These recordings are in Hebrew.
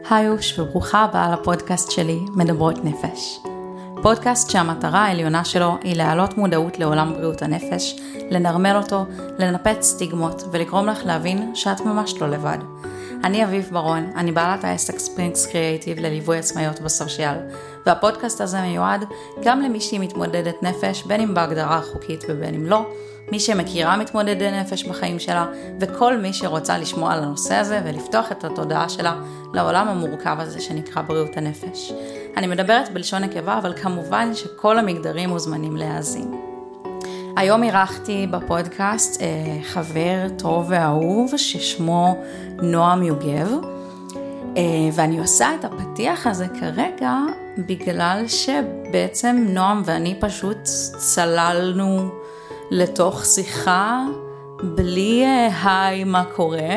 היוש וברוכה הבאה לפודקאסט שלי, מדברות נפש. פודקאסט שהמטרה העליונה שלו היא להעלות מודעות לעולם בריאות הנפש, לנרמל אותו, לנפץ סטיגמות ולגרום לך להבין שאת ממש לא לבד. אני אביב ברון, אני בעלת העסק ספרינגס קריאייטיב לליווי עצמאיות בסושיאל, והפודקאסט הזה מיועד גם למי שהיא מתמודדת נפש, בין אם בהגדרה החוקית ובין אם לא, מי שמכירה מתמודדי נפש בחיים שלה, וכל מי שרוצה לשמוע על הנושא הזה ולפתוח את התודעה שלה לעולם המורכב הזה שנקרא בריאות הנפש. אני מדברת בלשון נקבה, אבל כמובן שכל המגדרים מוזמנים להאזין. היום אירחתי בפודקאסט חבר טוב ואהוב ששמו נועם יוגב, ואני עושה את הפתיח הזה כרגע בגלל שבעצם נועם ואני פשוט צללנו לתוך שיחה בלי היי מה קורה.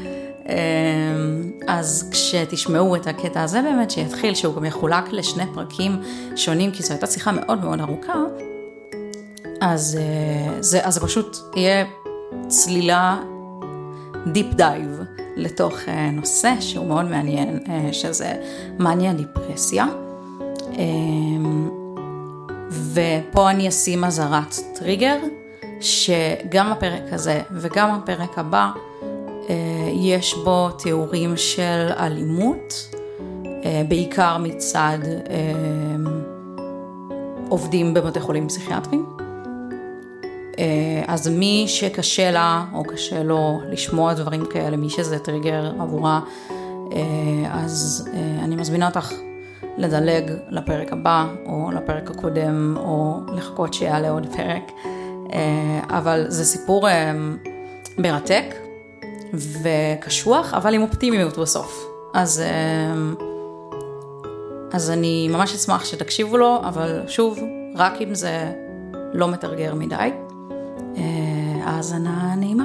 אז כשתשמעו את הקטע הזה באמת שיתחיל, שהוא גם יחולק לשני פרקים שונים, כי זו הייתה שיחה מאוד מאוד ארוכה, אז זה פשוט יהיה צלילה דיפ דייב לתוך נושא שהוא מאוד מעניין, שזה מניה דיפרסיה. ופה אני אשים אזהרת טריגר, שגם הפרק הזה וגם הפרק הבא, יש בו תיאורים של אלימות, בעיקר מצד עובדים בבתי חולים פסיכיאטריים. אז מי שקשה לה או קשה לו לשמוע דברים כאלה, מי שזה טריגר עבורה, אז אני מזמינה אותך לדלג לפרק הבא או לפרק הקודם או לחכות שיעלה עוד פרק. אבל זה סיפור מרתק וקשוח, אבל עם אופטימיות בסוף. אז אני ממש אשמח שתקשיבו לו, אבל שוב, רק אם זה לא מתרגר מדי. האזנה נעימה.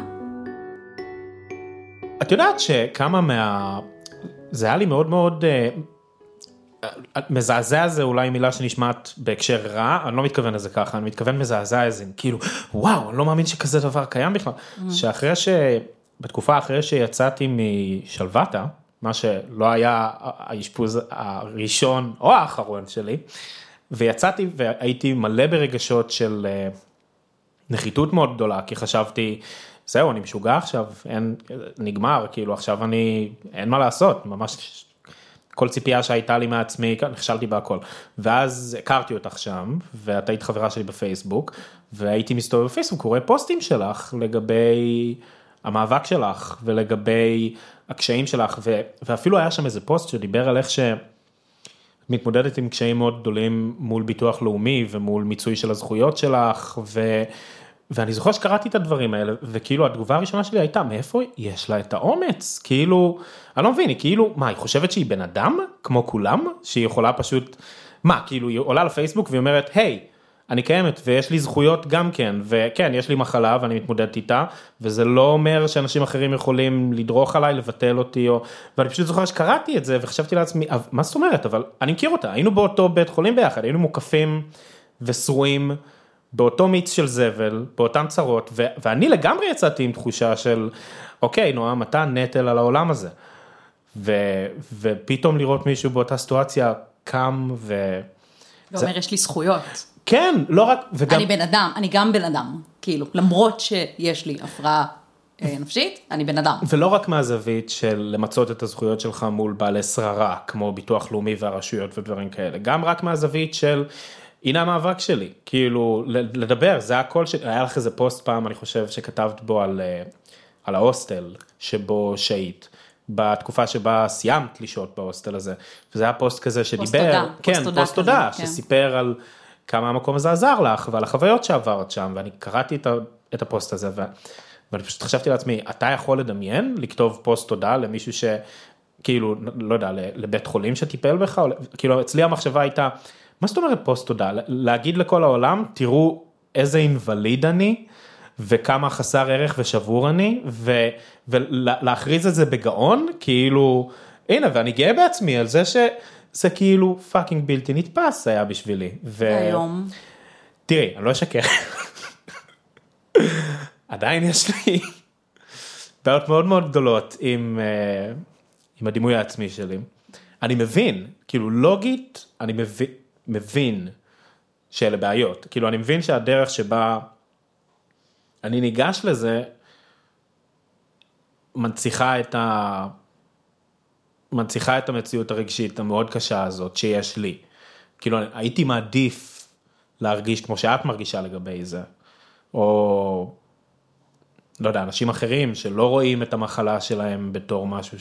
את יודעת שכמה זה היה לי מאוד מאוד מזעזע, זה אולי מילה שנשמעת בהקשר רע, אני לא מתכוון לזה ככה, אני מתכוון מזעזע איזה, כאילו, וואו, אני לא מאמין שכזה דבר קיים בכלל. בתקופה אחרי שיצאתי משלוותה, מה שלא היה האשפוז הראשון או האחרון שלי, ויצאתי והייתי מלא ברגשות של נחיתות מאוד גדולה, כי חשבתי, זהו, אני משוגע עכשיו, נגמר, כאילו עכשיו אין מה לעשות, ממש כל ציפייה שהייתה לי מעצמי, נכשלתי בהכל. ואז הכרתי אותך שם, ואת היית חברה שלי בפייסבוק, והייתי מסתובב בפייסבוק, קורא פוסטים שלך לגבי המאבק שלך, ולגבי הקשיים שלך, ואפילו היה שם איזה פוסט שדיבר על איך מתמודדת עם קשיים מאוד גדולים מול ביטוח לאומי, ומול מיצוי של הזכויות שלך, ואני זוכר שקראתי את הדברים האלה, וכאילו התגובה הראשונה שלי הייתה, מאיפה יש לה את האומץ? כאילו, אני לא מבין, היא כאילו, מה, היא חושבת שהיא בן אדם, כמו כולם, שהיא יכולה פשוט, כאילו, היא עולה לפייסבוק והיא אומרת, היי, אני קיימת ויש לי זכויות גם כן, וכן, יש לי מחלה ואני מתמודדת איתה, וזה לא אומר שאנשים אחרים יכולים לדרוך עליי, לבטל אותי, ואני פשוט זוכר שקראתי את זה, וחשבתי לעצמי, מה זאת אומרת? אבל אני מכיר אותה, היינו באותו בית חולים ביחד, היינו מוקפים וסרועים, באותו מיץ של זבל, באותן צרות, ואני לגמרי יצאתי עם תחושה של, אוקיי, נועם, אתה נטל על העולם הזה. ופתאום לראות מישהו באותה סיטואציה קם ואומר, יש לי זכויות. כן, לא רק, וגם אני בן אדם, אני גם בן אדם, כאילו, למרות שיש לי הפרעה נפשית, אני בן אדם. ולא רק מהזווית של למצות את הזכויות שלך מול בעלי שררה, כמו ביטוח לאומי והרשויות ודברים כאלה, גם רק מהזווית של הנה המאבק שלי, כאילו, לדבר, זה הכל היה לך איזה פוסט פעם, אני חושב שכתבת בו על ההוסטל, שבו שהית, בתקופה שבה סיימת לשהות בהוסטל הזה, וזה היה פוסט כזה שדיבר, פוסט תודה, שסיפר על כמה המקום הזה עזר לך, ועל החוויות שעברת שם, ואני קראתי את הפוסט הזה, ואני פשוט חשבתי לעצמי, אתה יכול לדמיין, לכתוב פוסט תודה למישהו שכאילו, לא יודע, לבית חולים שטיפל בך, כאילו, אצלי המחשבה הייתה, מה זאת אומרת פוסט תודה? להגיד לכל העולם, תראו איזה אינווליד אני, וכמה חסר ערך ושבור אני, ולהכריז את זה בגאון, כאילו, הנה, ואני גאה בעצמי על זה שזה כאילו פאקינג בלתי נתפס היה בשבילי. היום. תראי, אני לא אשקר. עדיין יש לי בעיות מאוד מאוד גדולות עם הדימוי העצמי שלי. אני מבין, כאילו לוגית, אני מבין שאלה בעיות. כאילו אני מבין שהדרך שבה אני ניגש לזה, מנציחה את המציאות הרגשית המאוד קשה הזאת שיש לי. כאילו הייתי מעדיף להרגיש כמו שאת מרגישה לגבי זה, או לא יודע, אנשים אחרים שלא רואים את המחלה שלהם בתור משהו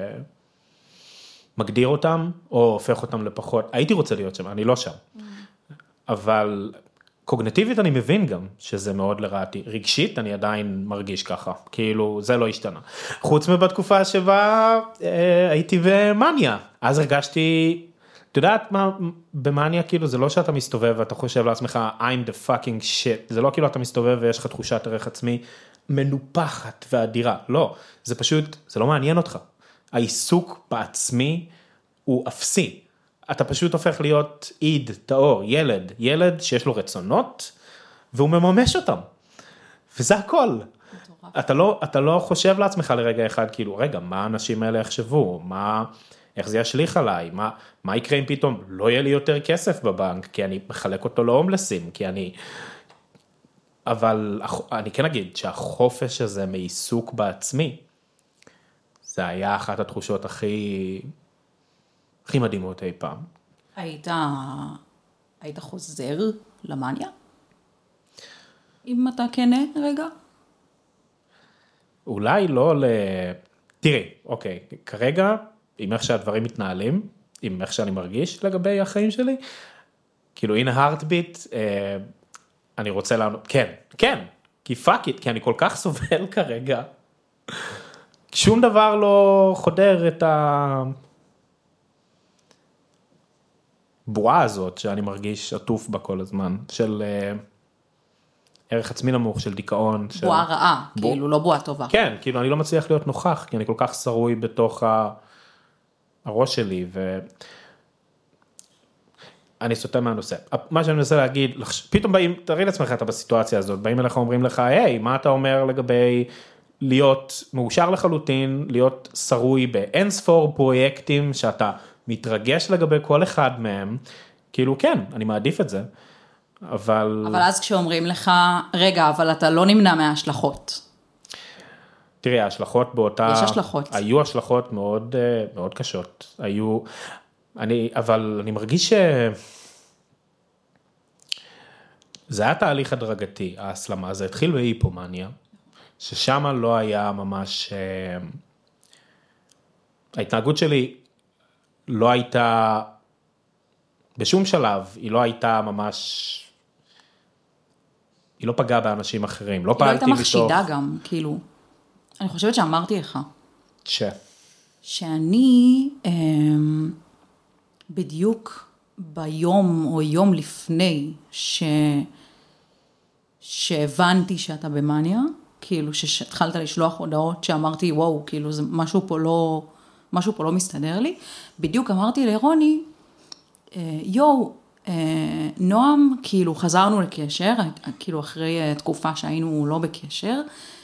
שמגדיר אותם, או הופך אותם לפחות, הייתי רוצה להיות שם, אני לא שם. אבל קוגניטיבית אני מבין גם שזה מאוד לרעתי, רגשית אני עדיין מרגיש ככה, כאילו זה לא השתנה. חוץ מבתקופה שבה הייתי במאניה, אז הרגשתי, אתה יודעת מה, במאניה כאילו זה לא שאתה מסתובב ואתה חושב לעצמך, I'm the fucking shit, זה לא כאילו אתה מסתובב ויש לך תחושת ערך עצמי מנופחת ואדירה, לא, זה פשוט, זה לא מעניין אותך. העיסוק בעצמי הוא אפסי. אתה פשוט הופך להיות עיד, טהור, ילד שיש לו רצונות, והוא מממש אותם. וזה הכל. אתה לא חושב לעצמך לרגע אחד, כאילו, רגע, מה האנשים האלה יחשבו? איך זה ישליך עליי? מה יקרה אם פתאום לא יהיה לי יותר כסף בבנק, כי אני מחלק אותו להומלסים, אבל אני כן אגיד שהחופש הזה מעיסוק בעצמי, זה היה אחת התחושות הכי מדהימות אי פעם. היית חוזר למאניה? אם אתה כנה רגע? אולי לא תראי, אוקיי, כרגע, עם איך שהדברים מתנהלים, עם איך שאני מרגיש לגבי החיים שלי, כאילו, הנה heartbeat, אני רוצה לענות, כן, כי fuck it, כי אני כל כך סובל כרגע, שום דבר לא חודר את הבועה הזאת שאני מרגיש עטוף בה כל הזמן, של ערך עצמי נמוך, של דיכאון. בועה רעה, כאילו לא בועה טובה. כן, כאילו אני לא מצליח להיות נוכח, כי אני כל כך שרוי בתוך הראש שלי, אני סוטה מהנושא. מה שאני מנסה להגיד, פתאום באים, תראי לעצמך אתה בסיטואציה הזאת, באים אליך אומרים לך, היי, מה אתה אומר לגבי להיות מאושר לחלוטין, להיות שרוי באין ספור פרויקטים שאתה מתרגש לגבי כל אחד מהם, כאילו כן, אני מעדיף את זה, אבל אז כשאומרים לך, רגע, אבל אתה לא נמנע מההשלכות. תראי, ההשלכות באותה, יש השלכות. היו השלכות מאוד, מאוד קשות, אבל אני מרגיש זה היה תהליך הדרגתי, ההסלמה, זה התחיל בהיפומניה, ששם לא היה ממש, ההתנהגות שלי לא הייתה, בשום שלב, היא לא הייתה ממש, היא לא פגעה באנשים אחרים, לא פעלתי היא לא הייתה מחשידה גם, כאילו, אני חושבת שאמרתי לך, שאני בדיוק ביום או יום לפני שהבנתי שאתה במאניה, כאילו שהתחלת לשלוח הודעות שאמרתי, וואו, כאילו זה משהו פה לא מסתדר לי, בדיוק אמרתי לרוני, נועם, כאילו חזרנו לקשר, כאילו אחרי תקופה שהיינו לא בקשר,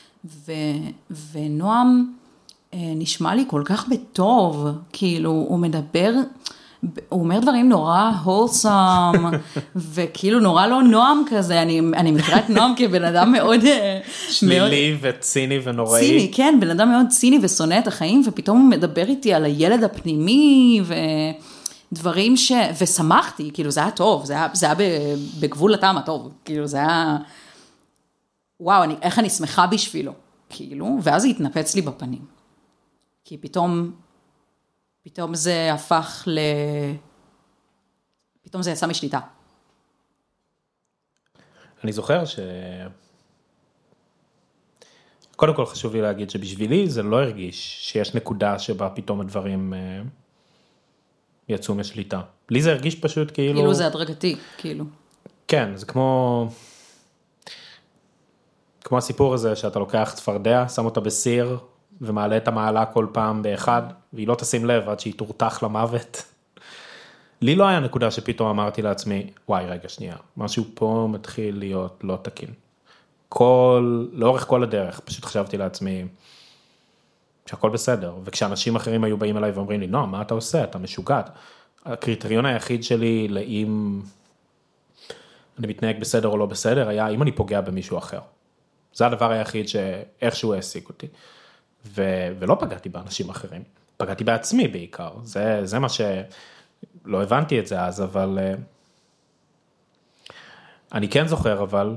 ונועם נשמע לי כל כך בטוב, כאילו הוא מדבר, הוא אומר דברים נורא wholesome, וכאילו נורא לא נועם כזה, אני מכירה את נועם כבן אדם מאוד שלילי וציני ונוראי. ציני, כן, בן אדם מאוד ציני ושונא את החיים, ופתאום הוא מדבר איתי על הילד הפנימי, ודברים ושמחתי, כאילו זה היה טוב, זה היה בגבול הטעם הטוב, כאילו זה היה, וואו, איך אני שמחה בשבילו, כאילו, ואז זה התנפץ לי בפנים, כי פתאום זה הפך פתאום זה יצא משליטה. אני זוכר קודם כל חשוב לי להגיד שבשבילי זה לא הרגיש שיש נקודה שבה פתאום הדברים יצאו משליטה. לי זה הרגיש פשוט כאילו זה הדרגתי, כאילו. כן, זה כמו הסיפור הזה שאתה לוקח צפרדע, שם אותה בסיר, ומעלה את המעלה כל פעם באחד, והיא לא תשים לב עד שהיא תורתח למוות. לי לא היה נקודה שפתאום אמרתי לעצמי, וואי רגע שנייה, משהו פה מתחיל להיות לא תקין. לאורך כל הדרך, פשוט חשבתי לעצמי, שהכל בסדר, וכשאנשים אחרים היו באים אליי ואומרים לי, נועם, מה אתה עושה? אתה משוגעת. הקריטריון היחיד שלי לאם אני מתנהג בסדר או לא בסדר, היה אם אני פוגע במישהו אחר. זה הדבר היחיד שאיכשהו העסיק אותי. ולא פגעתי באנשים אחרים, פגעתי בעצמי בעיקר. זה מה שלא הבנתי את זה אז, אבל אני כן זוכר, אבל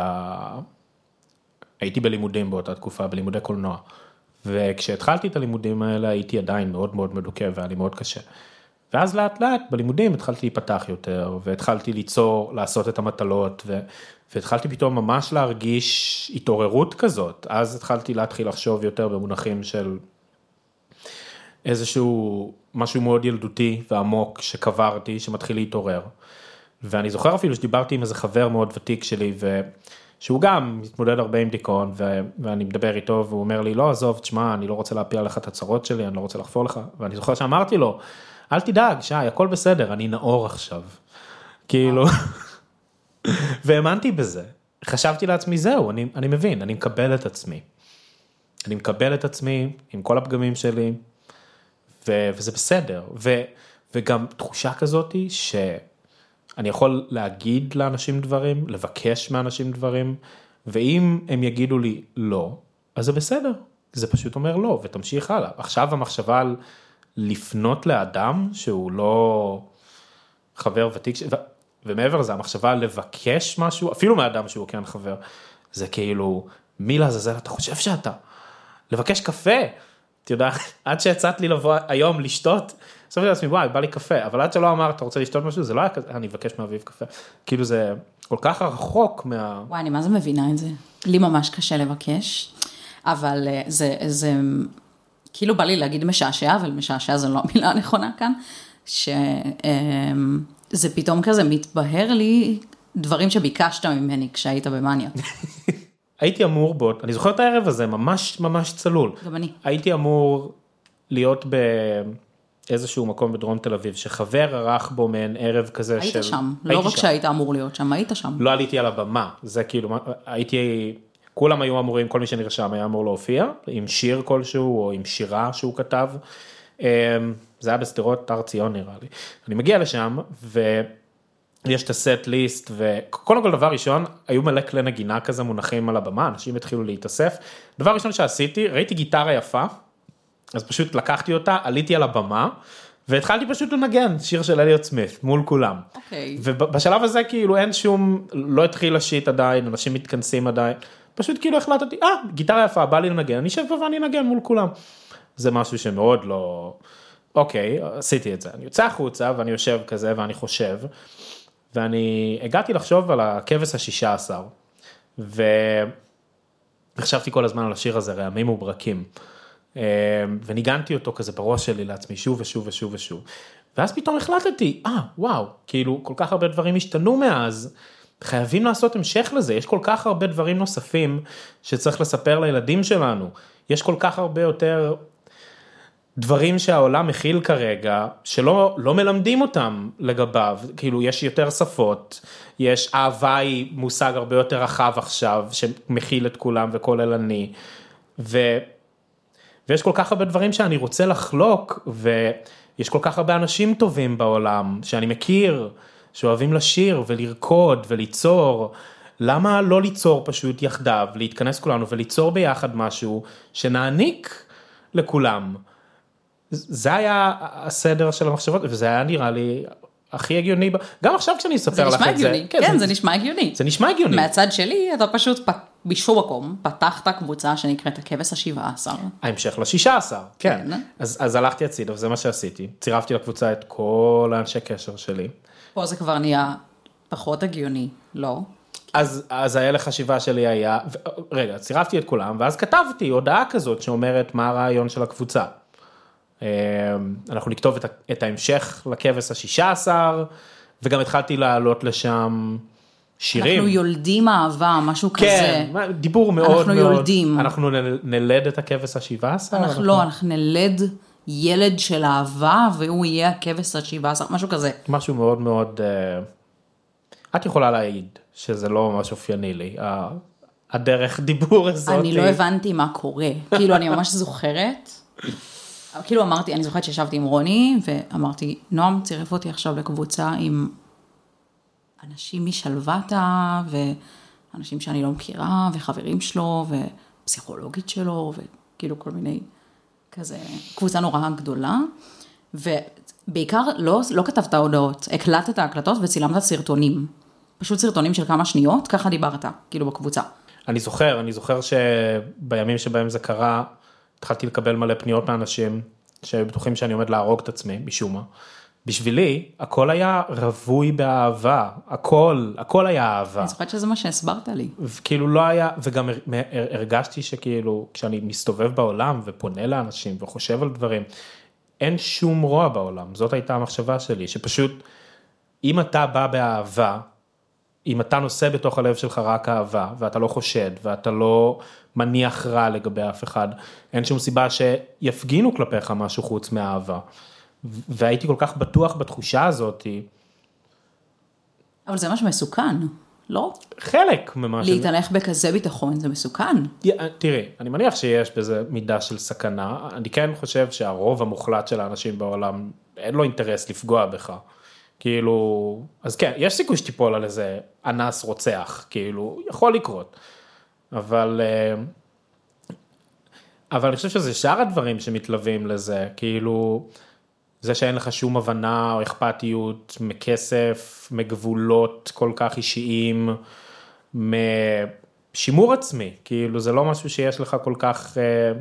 הייתי בלימודים באותה תקופה, בלימודי קולנוע, וכשהתחלתי את הלימודים האלה, הייתי עדיין מאוד מאוד מדוכא, והיה לי מאוד קשה. ואז לאט לאט בלימודים התחלתי להיפתח יותר, והתחלתי ליצור, לעשות את המטלות, והתחלתי פתאום ממש להרגיש התעוררות כזאת. אז התחלתי לחשוב יותר במונחים של איזשהו משהו מאוד ילדותי ועמוק שקברתי, שמתחיל להתעורר. ואני זוכר אפילו שדיברתי עם איזה חבר מאוד ותיק שלי, שהוא גם מתמודד הרבה עם דיכאון, ואני מדבר איתו, והוא אומר לי, לא, עזוב, תשמע, אני לא רוצה להפיל עליך את הצרות שלי, אני לא רוצה לחפור לך. ואני זוכר שאמרתי לו, אל תדאג, שי, הכל בסדר, אני נאור עכשיו. כאילו, והאמנתי בזה. חשבתי לעצמי, זהו, אני מבין, אני מקבל את עצמי. אני מקבל את עצמי עם כל הפגמים שלי, וזה בסדר. וגם תחושה כזאת שאני יכול להגיד לאנשים דברים, לבקש מאנשים דברים, ואם הם יגידו לי לא, אז זה בסדר. זה פשוט אומר לא, ותמשיך הלאה. עכשיו המחשבה על לפנות לאדם שהוא לא חבר ותיק, ומעבר לזה, המחשבה על לבקש משהו, אפילו מאדם שהוא כן חבר, זה כאילו, מי לעזאזל אתה חושב שאתה? לבקש קפה, אתה יודע, עד שיצאת לי לבוא היום לשתות, חשבתי לעצמי, וואי, בא לי קפה, אבל עד שלא אמרת, אתה רוצה לשתות משהו, זה לא היה כזה, אני אבקש מאביב קפה, כאילו זה כל כך רחוק וואי, אני מה זה מבינה את זה? לי ממש קשה לבקש, אבל זה כאילו בא לי להגיד משעשע, אבל משעשע זה לא המילה הנכונה כאן, שזה פתאום כזה מתבהר לי דברים שביקשת ממני כשהיית במאניה. הייתי אמור אני זוכר את הערב הזה, ממש ממש צלול. גם אני. הייתי אמור להיות באיזשהו מקום בדרום תל אביב, שחבר ערך בו מעין ערב כזה היית שם, לא רק שהיית אמור להיות שם, היית שם. לא עליתי על הבמה, זה כאילו, כולם היו אמורים, כל מי שנרשם היה אמור להופיע, עם שיר כלשהו, או עם שירה שהוא כתב, זה היה בסדרות הר ציון נראה לי. אני מגיע לשם, ויש את הסט ליסט, וקודם כל דבר ראשון, היו מלא כלי נגינה כזה מונחים על הבמה, אנשים התחילו להתאסף, דבר ראשון שעשיתי, ראיתי גיטרה יפה, אז פשוט לקחתי אותה, עליתי על הבמה, והתחלתי פשוט לנגן שיר של אליוט סמית, מול כולם. אוקיי. ובשלב הזה כאילו אין שום, לא התחיל השיט עדיין, אנשים מתכנסים עדיין, פשוט כאילו החלטתי, גיטרה יפה, בא לי לנגן, אני אשב פה ואני אנגן מול כולם. זה משהו שמאוד לא, אוקיי, עשיתי את זה. אני יוצא החוצה ואני יושב כזה ואני חושב, ואני הגעתי לחשוב על הכבש ה-16, וחשבתי כל הזמן על השיר הזה, רעמים וברקים, וניגנתי אותו כזה בראש שלי לעצמי שוב ושוב ושוב ושוב, ואז פתאום החלטתי, וואו, כאילו כל כך הרבה דברים השתנו מאז, חייבים לעשות המשך לזה, יש כל כך הרבה דברים נוספים שצריך לספר לילדים שלנו, יש כל כך הרבה יותר דברים שהעולם מכיל כרגע, שלא מלמדים אותם לגביו, כאילו יש יותר שפות, יש אהבה היא מושג הרבה יותר רחב עכשיו, שמכיל את כולם וכוללני, ויש כל כך הרבה דברים שאני רוצה לחלוק, ויש כל כך הרבה אנשים טובים בעולם, שאני מכיר, שאוהבים לשיר ולרקוד וליצור, למה לא ליצור פשוט יחדיו, להתכנס כולנו וליצור ביחד משהו שנעניק לכולם. זה היה הסדר של המחשבות, וזה היה נראה לי הכי הגיוני, גם עכשיו כשאני אספר לך את זה. כן, זה נשמע הגיוני. זה נשמע הגיוני. מהצד שלי, אתה פשוט בשום מקום, פתחת קבוצה שנקראת הכבש ה-17. ההמשך ל-16, כן. אז הלכתי הצידה, וזה מה שעשיתי. צירפתי לקבוצה את כל האנשי קשר שלי. פה זה כבר נהיה פחות הגיוני, לא? אז ההלך חשיבה שלי היה, רגע, צירפתי את כולם, ואז כתבתי הודעה כזאת שאומרת מה הרעיון של הקבוצה. אנחנו נכתוב את ההמשך לכבש ה-16, וגם התחלתי לעלות לשם שירים. אנחנו יולדים אהבה, משהו כזה. כן, דיבור מאוד אנחנו מאוד. יולדים. אנחנו נלד את הכבש ה-17? אנחנו נלד ילד של אהבה, והוא יהיה הכבש ה-17, משהו כזה. משהו מאוד מאוד, את יכולה להעיד שזה לא ממש אופייני לי, הדרך דיבור הזאת. אני לא הבנתי מה קורה, כאילו אני ממש זוכרת, כאילו אמרתי, אני זוכרת שישבתי עם רוני, ואמרתי, נועם צירף אותי עכשיו לקבוצה עם אנשים משלוותה, ואנשים שאני לא מכירה, וחברים שלו, ופסיכולוגית שלו, וכאילו כל מיני כזה, קבוצה נורא גדולה, ובעיקר לא כתבת הודעות, הקלטת ההקלטות וצילמת סרטונים, פשוט סרטונים של כמה שניות, ככה דיברת, כאילו בקבוצה. אני זוכר שבימים שבהם זה קרה, התחלתי לקבל מלא פניות מאנשים, שהיו בטוחים שאני עומד להרוג את עצמי, משום מה. בשבילי, הכל היה רווי באהבה, הכל היה אהבה. אני זוכרת שזה מה שהסברת לי. כאילו לא היה, וגם הרגשתי שכאילו, כשאני מסתובב בעולם ופונה לאנשים וחושב על דברים, אין שום רוע בעולם, זאת הייתה המחשבה שלי, שפשוט, אם אתה בא באהבה, אם אתה נושא בתוך הלב שלך רק אהבה, ואתה לא חושד, ואתה לא מניח רע לגבי אף אחד, אין שום סיבה שיפגינו כלפיך משהו חוץ מהאהבה. והייתי כל כך בטוח בתחושה הזאת. אבל זה משהו מסוכן, לא? חלק ממש. להתהלך בכזה ביטחון, זה מסוכן. תראי, אני מניח שיש בזה מידה של סכנה, אני כן חושב שהרוב המוחלט של האנשים בעולם, אין לו אינטרס לפגוע בך. כאילו, אז כן, יש סיכוי שתיפול על איזה אנס רוצח, כאילו, יכול לקרות. אבל אני חושב שזה שאר הדברים שמתלווים לזה, כאילו, זה שאין לך שום הבנה או אכפתיות מכסף, מגבולות כל כך אישיים, משימור עצמי, כאילו, זה לא משהו שיש לך כל כך,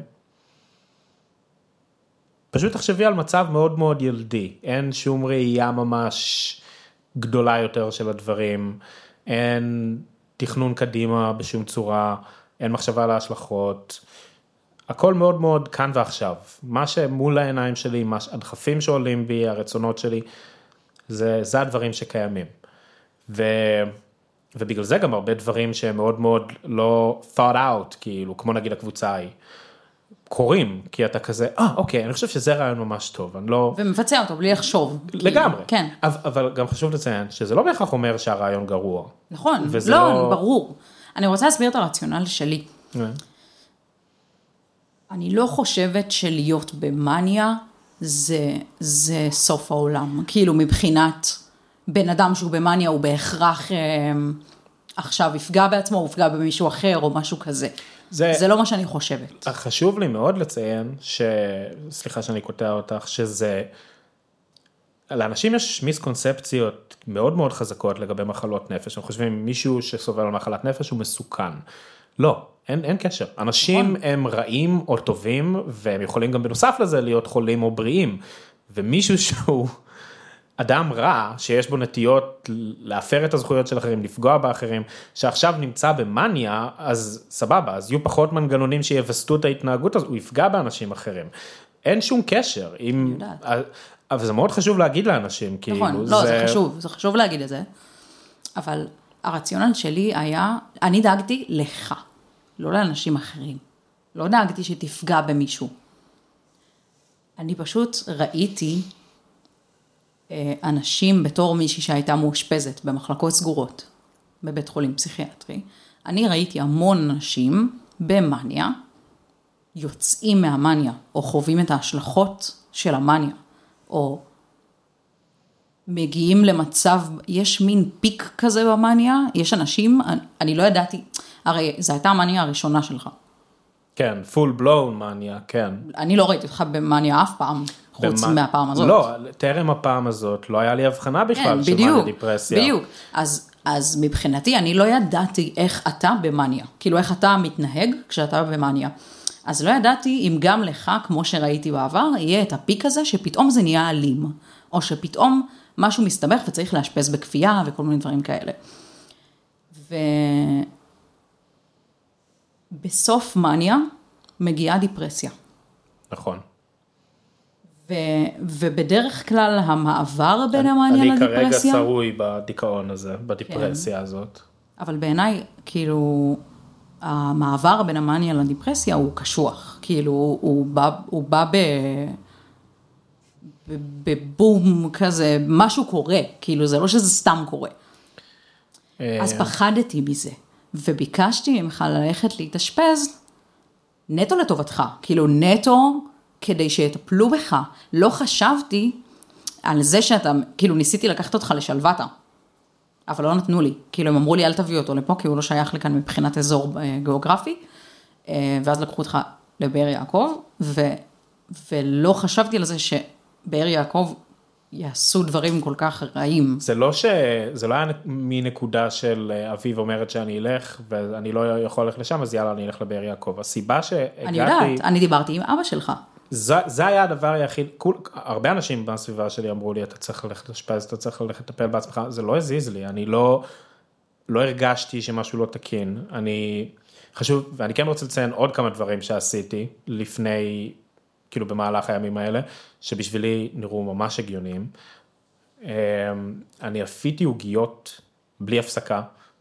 פשוט תחשבי על מצב מאוד מאוד ילדי, אין שום ראייה ממש גדולה יותר של הדברים, אין תכנון קדימה בשום צורה, אין מחשבה על ההשלכות, הכל מאוד מאוד כאן ועכשיו, מה שמול העיניים שלי, הדחפים שעולים בי, הרצונות שלי, זה הדברים שקיימים, ובגלל זה גם הרבה דברים שהם מאוד מאוד לא thought out, כאילו, כמו נגיד הקבוצה ההיא, קוראים, כי אתה כזה, אוקיי, אני חושב שזה רעיון ממש טוב, אני לא... ומבצע אותו בלי לחשוב. לגמרי. כן. אבל גם חשוב לציין, שזה לא בהכרח אומר שהרעיון גרוע. נכון, לא, ברור. אני רוצה להסביר את הרציונל שלי. אני לא חושבת שלהיות במאניה, זה סוף העולם. כאילו מבחינת בן אדם שהוא במאניה, הוא בהכרח עכשיו יפגע בעצמו, הוא יפגע במישהו אחר או משהו כזה. זה לא מה שאני חושבת. חשוב לי מאוד לציין, סליחה שאני קוטע אותך, שזה, לאנשים יש מיסקונספציות מאוד מאוד חזקות לגבי מחלות נפש, הם חושבים מישהו שסובל על מחלת נפש הוא מסוכן. לא, אין קשר. אנשים הם רעים או טובים, והם יכולים גם בנוסף לזה להיות חולים או בריאים, ומישהו שהוא אדם רע, שיש בו נטיות להפר את הזכויות של אחרים, לפגוע באחרים, שעכשיו נמצא במאניה, אז סבבה, אז יהיו פחות מנגנונים שיבסטו את ההתנהגות, אז הוא יפגע באנשים אחרים. אין שום קשר. אבל זה מאוד חשוב להגיד לאנשים, כאילו. נכון, לא, זה חשוב להגיד את זה, אבל הרציונל שלי היה, אני דאגתי לך, לא לאנשים אחרים. לא דאגתי שתפגע במישהו. אני פשוט ראיתי אנשים בתור מישהי שהייתה מאושפזת במחלקות סגורות, בבית חולים פסיכיאטרי. אני ראיתי המון אנשים במאניה, יוצאים מהמאניה, או חווים את ההשלכות של המאניה, או מגיעים למצב, יש מין פיק כזה במאניה, יש אנשים, אני לא ידעתי, הרי זו הייתה המאניה הראשונה שלך. כן, full blown מאניה, כן. אני לא ראיתי אותך במאניה אף פעם, חוץ מהפעם הזאת. לא, תרם הפעם הזאת, לא היה לי הבחנה בכלל של מאניה דיפרסיה. בדיוק, אז מבחינתי אני לא ידעתי איך אתה במאניה, כאילו איך אתה מתנהג כשאתה במאניה. אז לא ידעתי אם גם לך, כמו שראיתי בעבר, יהיה את הפיק הזה שפתאום זה נהיה אלים, או שפתאום משהו מסתבך וצריך להשפז בכפייה וכל מיני דברים כאלה. ובסוף מאניה מגיעה דיפרסיה. נכון. ובדרך כלל המעבר בין המאניה לדיפרסיה. אני כרגע שרוי בדיכאון הזה, בדיפרסיה הזאת. אבל בעיניי, כאילו, המעבר בין המאניה לדיפרסיה הוא קשוח. כאילו, הוא בא בבום כזה, משהו קורה. כאילו, זה לא שזה סתם קורה. אז פחדתי מזה. וביקשתי ממך ללכת להתאשפז, נטו לטובתך. כאילו, נטו כדי שיטפלו בך. לא חשבתי על זה שאתה, כאילו ניסיתי לקחת אותך לשלוותה, אבל לא נתנו לי. כאילו הם אמרו לי, אל תביא אותו לפה, כי הוא לא שייך לכאן מבחינת אזור גיאוגרפי, ואז לקחו אותך לבאר יעקב, ולא חשבתי על זה שבאר יעקב יעשו דברים כל כך רעים. זה לא היה מנקודה של אביב אומרת שאני אלך, ואני לא יכול ללכת לשם, אז יאללה, אני אלך לבאר יעקב. הסיבה שהגעתי... אני יודעת, אני דיברתי עם אבא שלך. זה היה הדבר היחיד, הרבה אנשים בסביבה שלי אמרו לי, אתה צריך ללכת לשפז, אתה צריך ללכת לטפל בעצמך, זה לא הזיז לי, אני לא הרגשתי שמשהו לא תקין, חשוב, ואני כן רוצה לציין עוד כמה דברים שעשיתי, לפני, כאילו במהלך הימים האלה, שבשבילי נראו ממש הגיוניים, אני אפיתי עוגיות בלי הפסקה,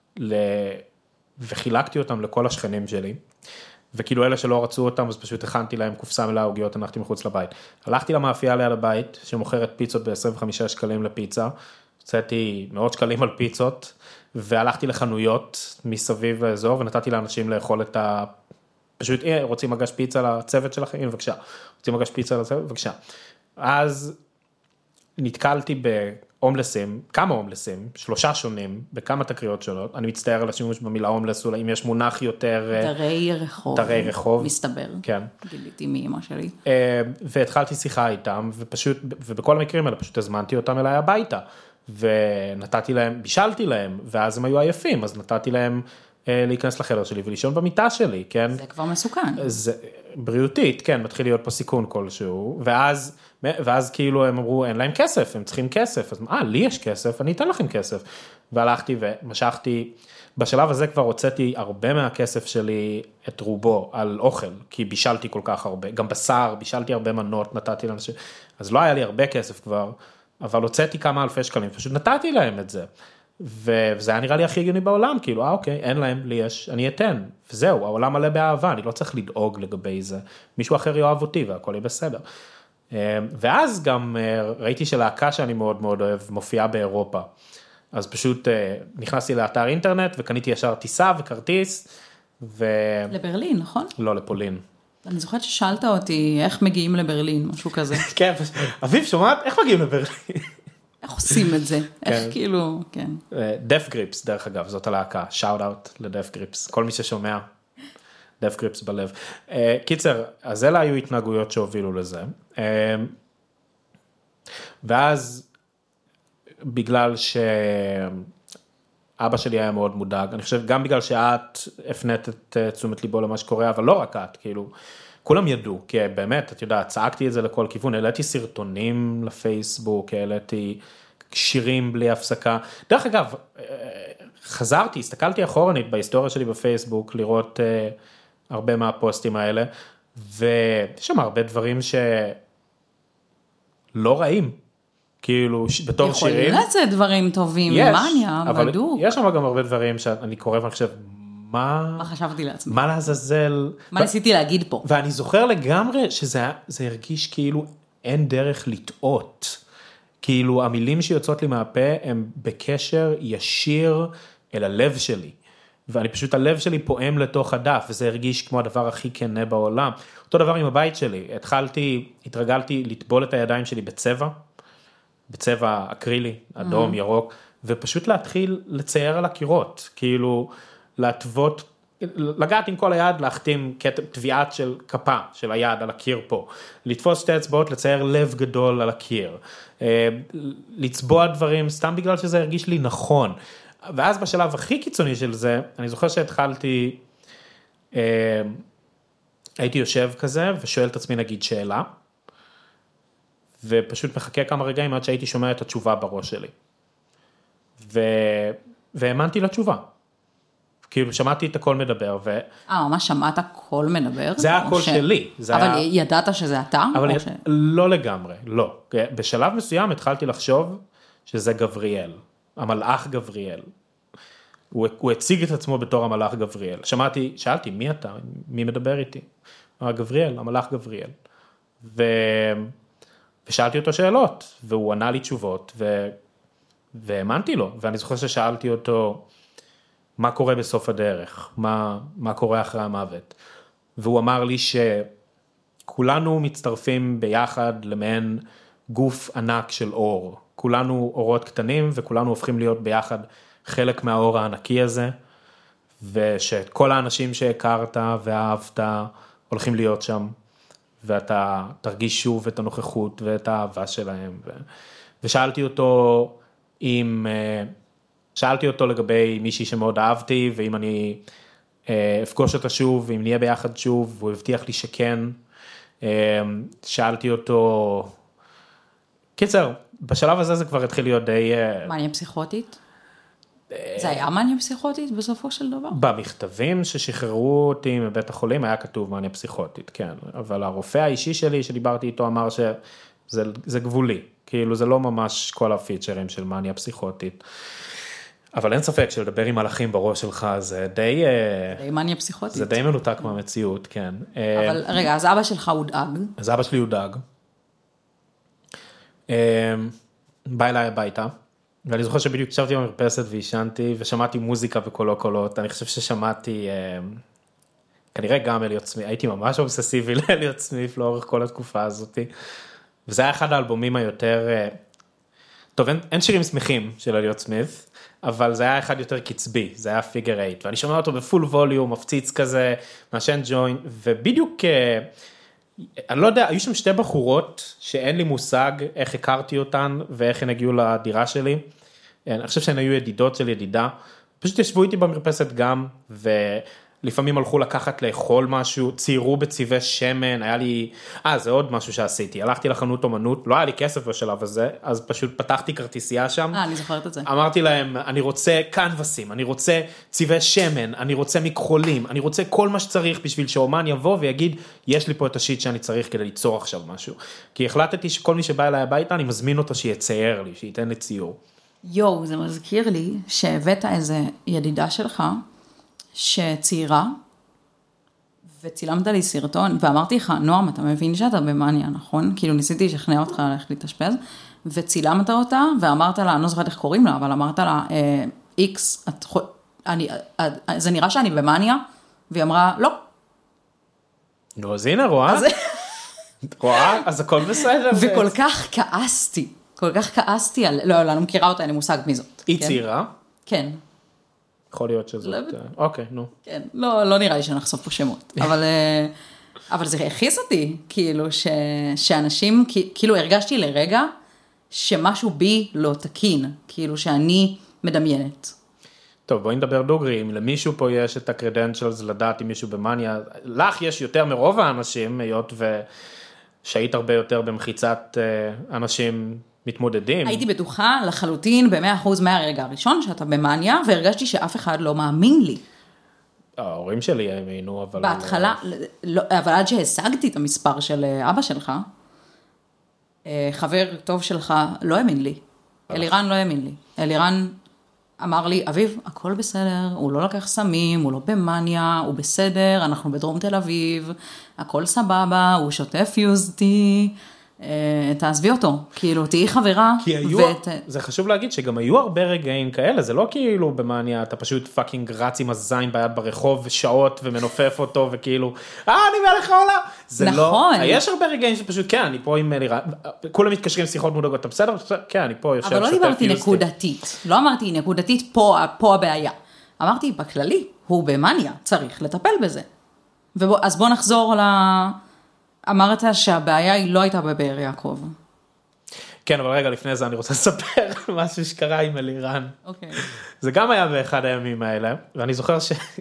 וחילקתי אותם לכל השכנים שלי, וכאילו אלה שלא רצו אותם, אז פשוט הכנתי להם קופסה מלאה עוגיות, הנחתי מחוץ לבית. הלכתי למאפייה ליד הבית, שמוכרת פיצות ב-25 שקלים לפיצה, הוצאתי מאות שקלים על פיצות, והלכתי לחנויות מסביב לאזור, ונתתי לאנשים לאכול את פשוט, רוצים מגש פיצה לצוות שלכם? הנה, בבקשה. רוצים מגש פיצה לצוות? בבקשה. אז נתקלתי בהומלסים, כמה הומלסים, 3 שונים, בכמה תקריות שונות. אני מצטער על השימוש במילה הומלס, אולי אם יש מונח יותר... דרי רחוב. דרי רחוב. מסתבר. כן. גיליתי מאמא שלי. והתחלתי שיחה איתם, ובכל המקרים האלה פשוט הזמנתי אותם אליי הביתה, ונתתי להם, בישלתי להם, ואז הם היו עייפים, אז נתתי להם להיכנס לחדר שלי ולישון במיטה שלי, כן? זה כבר מסוכן. זה בריאותית, כן, מתחיל להיות פה סיכון כלשהו, ואז כאילו הם אמרו, אין להם כסף, הם צריכים כסף, אז לי יש כסף, אני אתן לכם כסף, והלכתי ומשכתי, בשלב הזה כבר הוצאתי הרבה מהכסף שלי את רובו על אוכל, כי בישלתי כל כך הרבה, גם בשר, בישלתי הרבה מנות, נתתי לאנשים, אז לא היה לי הרבה כסף כבר, אבל הוצאתי כמה אלפי שקלים, פשוט נתתי להם את זה, וזה היה נראה לי הכי הגיוני בעולם, כאילו, אוקיי, אין להם, לי יש, אני אתן, וזהו, העולם מלא באהבה, אני לא צריך לדאוג לגבי זה, מישהו אחר יאהב אותי והכל יהיה בסדר. ואז גם ראיתי שלהקה שאני מאוד מאוד אוהב, מופיעה באירופה, אז פשוט נכנסתי לאתר אינטרנט, וקניתי ישר טיסה וכרטיס, לברלין, נכון? לא, לפולין. אני זוכרת ששאלת אותי, איך מגיעים לברלין, משהו כזה. כן, אביב, שומעת, איך מגיעים לברלין? איך עושים את זה? איך כאילו, כן. דף גריפס, דרך אגב, זאת הלהקה, שאוט אאוט לדף גריפס, כל מי ששומע, דף גריפס בלב. קיצר, אז אלה היו התנהגויות שהובילו לזה, ואז, בגלל שאבא שלי היה מאוד מודאג, אני חושב גם בגלל שאת הפנית את תשומת ליבו למה שקורה, אבל לא רק את, כאילו, כולם ידעו, כי באמת, את יודעת, צעקתי את זה לכל כיוון, העליתי סרטונים לפייסבוק, העליתי שירים בלי הפסקה. דרך אגב, חזרתי, הסתכלתי אחורנית בהיסטוריה שלי בפייסבוק, לראות הרבה מהפוסטים האלה, ויש שם הרבה דברים שלא רעים, כאילו, בתור שירים. יכולים לצאת דברים טובים, מניה, בדוק. יש שם גם הרבה דברים שאני קורא ואני חושב, מה חשבתי לעצמי? מה לעזאזל? מה ניסיתי להגיד פה? ואני זוכר לגמרי שזה הרגיש כאילו אין דרך לטעות. כאילו המילים שיוצאות לי מהפה הם בקשר ישיר אל הלב שלי. ואני פשוט, הלב שלי פועם לתוך הדף, וזה הרגיש כמו הדבר הכי כנה בעולם. אותו דבר עם הבית שלי. התרגלתי לטבול את הידיים שלי בצבע אקרילי, אדום, ירוק, ופשוט להתחיל לצייר על הקירות. כאילו, להתוות, לגעת עם כל היד, להחתים טביעת של כפה של היד על הקיר פה, לתפוס 2 אצבעות, לצייר לב גדול על הקיר, לצבוע דברים סתם בגלל שזה הרגיש לי נכון, ואז בשלב הכי קיצוני של זה, אני זוכר שהתחלתי, הייתי יושב כזה ושואל את עצמי נגיד שאלה, ופשוט מחכה כמה רגעים עד שהייתי שומע את התשובה בראש שלי, והאמנתי לתשובה. כאילו שמעתי את הכל מדבר ממש שמעת הכל מדבר? זה היה הכל שלי. אבל ידעת שזה אתה? לא לגמרי, לא. בשלב מסוים התחלתי לחשוב שזה גבריאל, המלאך גבריאל. הוא הציג את עצמו בתור המלאך גבריאל. שאלתי, מי אתה? מי מדבר איתי? גבריאל, המלאך גבריאל. ושאלתי אותו שאלות, והוא ענה לי תשובות, והאמנתי לו. ואני זוכר ששאלתי אותו, מה קורה בסוף הדרך? מה קורה אחרי המוות? והוא אמר לי כולנו מצטרפים ביחד למעין גוף ענק של אור. כולנו אורות קטנים וכולנו הופכים להיות ביחד חלק מהאור הענקי הזה, ושכל האנשים שהכרת ואהבת הולכים להיות שם, ואתה תרגיש שוב את הנוכחות ואת האהבה שלהם. ושאלתי אותו שאלתי אותו לגבי מישהי שמאוד אהבתי, ואם אני אפגוש אותה שוב, ואם נהיה ביחד שוב, והוא הבטיח לי שכן. שאלתי אותו, קיצר, בשלב הזה זה כבר התחיל להיות די... מניה פסיכוטית? זה היה מניה פסיכוטית בסופו של דבר? במכתבים ששחררו אותי מבית החולים היה כתוב מניה פסיכוטית, כן. אבל הרופא האישי שלי שדיברתי איתו אמר שזה גבולי. כאילו זה לא ממש כל הפיצ'רים של מניה פסיכוטית. אבל אין ספק שלדבר עם מלאכים בראש שלך זה די... די מניה פסיכוטית. זה די מנותק מהמציאות, כן. אבל רגע, אז אבא שלך הודאג? אז אבא שלי הודאג. בא אליי הביתה, ואני זוכר שבדיוק ישבתי במרפסת וישנתי, ושמעתי מוזיקה בקולו קולות. אני חושב ששמעתי, כנראה גם אליוט סמית', הייתי ממש אובססיבי לאליוט סמית' לאורך כל התקופה הזאת. וזה היה אחד האלבומים היותר... טוב, אין שירים שמחים של אליוט סמית', אבל זה היה אחד יותר קצבי, זה היה פיגר 8, ואני שומע אותו בפול ווליום, מפציץ כזה, מעשן ג'וינט, ובדיוק, אני לא יודע, היו שם שתי בחורות, שאין לי מושג איך הכרתי אותן, ואיך הן הגיעו לדירה שלי, אני חושב שהן היו ידידות של ידידה, פשוט ישבו איתי במרפסת גם, לפעמים הלכו לקחת לאכול משהו, ציירו בצבעי שמן, היה לי, זה עוד משהו שעשיתי, הלכתי לחנות אומנות, לא היה לי כסף בשלב הזה, אז פשוט פתחתי כרטיסייה שם. אני זוכרת את זה. אמרתי להם, אני רוצה קנבסים, אני רוצה צבעי שמן, אני רוצה מכחולים, אני רוצה כל מה שצריך בשביל שאומן יבוא ויגיד, יש לי פה את השיט שאני צריך כדי ליצור עכשיו משהו. כי החלטתי שכל מי שבא אליי הביתה, אני מזמין אותו שיצייר לי, שייתן לי ציור. יואו, זה מזכיר לי שהבאת איזה ידידה שלך, שצעירה, וצילמת לי סרטון, ואמרתי לך, נועם, אתה מבין שאתה במאניה, נכון? כאילו ניסיתי לשכנע אותך ללכת להתאשפז, וצילמת אותה, ואמרת לה, אני לא זוכרת איך קוראים לה, אבל אמרת לה, איקס, זה נראה שאני במאניה, והיא אמרה, לא. נו, אז הנה, רואה? רואה? אז הכל בסדר. וכל כך כעסתי, לא, אני לא מכירה אותה, אין לי מושג מי זאת. היא צעירה? כן. יכול להיות שזאת, אוקיי, נו. כן, לא נראה לי שנחשוף פה שמות, אבל זה הכיס אותי, כאילו שאנשים, כאילו הרגשתי לרגע שמשהו בי לא תקין, כאילו שאני מדמיינת. טוב, בואי נדבר דוגרי, אם למישהו פה יש את הקרדנצ'לס לדעת אם מישהו במאניה, לך יש יותר מרוב האנשים, היות ושהיית הרבה יותר במחיצת אנשים מתמודדים. הייתי בטוחה לחלוטין ב100% מהרגע הראשון שאתה במאניה, והרגשתי שאף אחד לא מאמין לי. ההורים שלי האמינו, אבל... בהתחלה, אבל עד שהשגתי את המספר של אבא שלך, חבר טוב שלך לא האמין לי. אלירן לא האמין לי. אלירן אמר לי, אביב, הכל בסדר, הוא לא לקח סמים, הוא לא במאניה, הוא בסדר, אנחנו בדרום תל אביב, הכל סבבה, הוא שוטף יוזדי, תעזבי אותו, כאילו, תהי חברה. כי היו, זה חשוב להגיד שגם היו הרבה רגעים כאלה, זה לא כאילו במאניה, אתה פשוט פאקינג רץ עם הזין ביד ברחוב, ושעות ומנופף אותו, וכאילו, אני מלך העולם. זה נכון. לא, יש הרבה רגעים שפשוט, כן, אני פה עם אלירן, כולם מתקשרים שיחות מודאגות, אתה בסדר? כן, אני פה יושב, אבל לא דיברתי נקודתית, לא אמרתי נקודתית, פה הבעיה. אמרתי, בכללי, הוא במאניה, צריך לטפל בזה. אז בוא נחזור אמרת שהבעיה היא לא הייתה בבאר יעקב. כן, אבל רגע לפני זה אני רוצה לספר משהו שקרה עם אלירן. אוקיי. זה גם היה באחד הימים האלה, ואני זוכר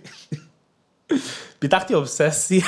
פיתחתי אובססיה